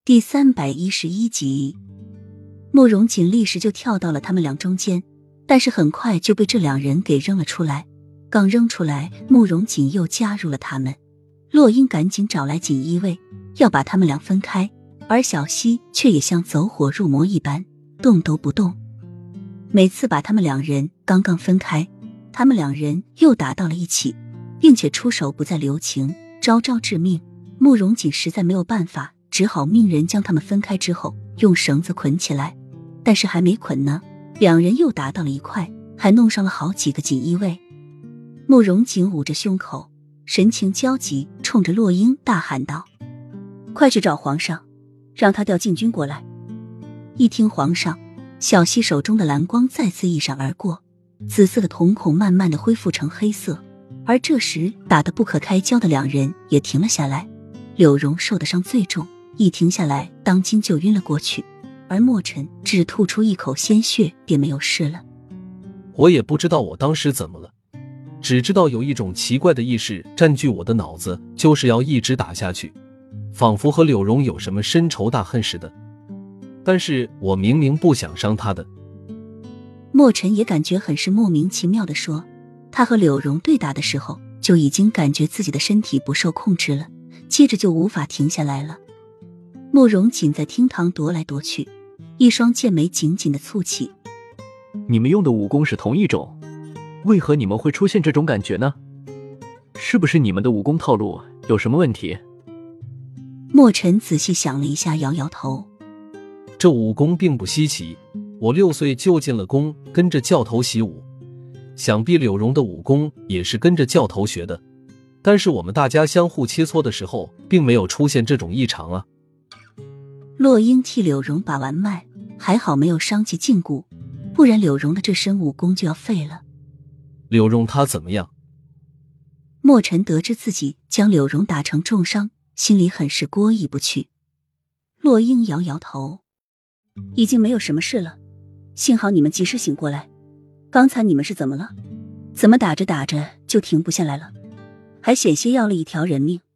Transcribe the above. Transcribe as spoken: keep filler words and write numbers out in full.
第三百一十一集，慕容锦立时就跳到了他们俩中间，但是很快就被这两人给扔了出来。刚扔出来，慕容锦又加入了他们。洛英赶紧找来锦衣卫，要把他们俩分开，而小溪却也像走火入魔一般，动都不动。每次把他们两人刚刚分开，他们两人又打到了一起，并且出手不再留情，招招致命。慕容锦实在没有办法，只好命人将他们分开之后用绳子捆起来。但是还没捆呢，两人又打到了一块，还弄伤了好几个锦衣卫。慕容锦捂着胸口，神情焦急，冲着洛英大喊道：快去找皇上，让他调禁军过来。一听皇上，小溪手中的蓝光再次一闪而过，紫色的瞳孔慢慢的恢复成黑色。而这时打得不可开交的两人也停了下来。柳荣受的伤最重，一停下来当今就晕了过去，而墨尘只吐出一口鲜血便没有事了。 我也不知道我当时怎么了，只知道有一种奇怪的意识占据我的脑子，就是要一直打下去，仿佛和柳荣有什么深仇大恨似的。但是我明明不想伤他的。 墨尘也感觉很是莫名其妙地说，他和柳荣对打的时候就已经感觉自己的身体不受控制了，接着就无法停下来了。慕容锦在厅堂踱来踱去，一双剑眉紧紧地蹙起。 你们用的武功是同一种，为何你们会出现这种感觉呢？是不是你们的武功套路有什么问题？ 墨尘仔细想了一下，摇摇头。 这武功并不稀奇，我六岁就进了宫，跟着教头习武，想必柳荣的武功也是跟着教头学的，但是我们大家相互切磋的时候并没有出现这种异常啊。 洛英替柳荣把完脉，还好没有伤及胫骨，不然柳荣的这身武功就要废了。 柳荣他怎么样？ 墨尘得知自己将柳荣打成重伤，心里很是过意不去。洛英摇摇头，已经没有什么事了，幸好你们及时醒过来。刚才你们是怎么了？怎么打着打着就停不下来了，还险些要了一条人命？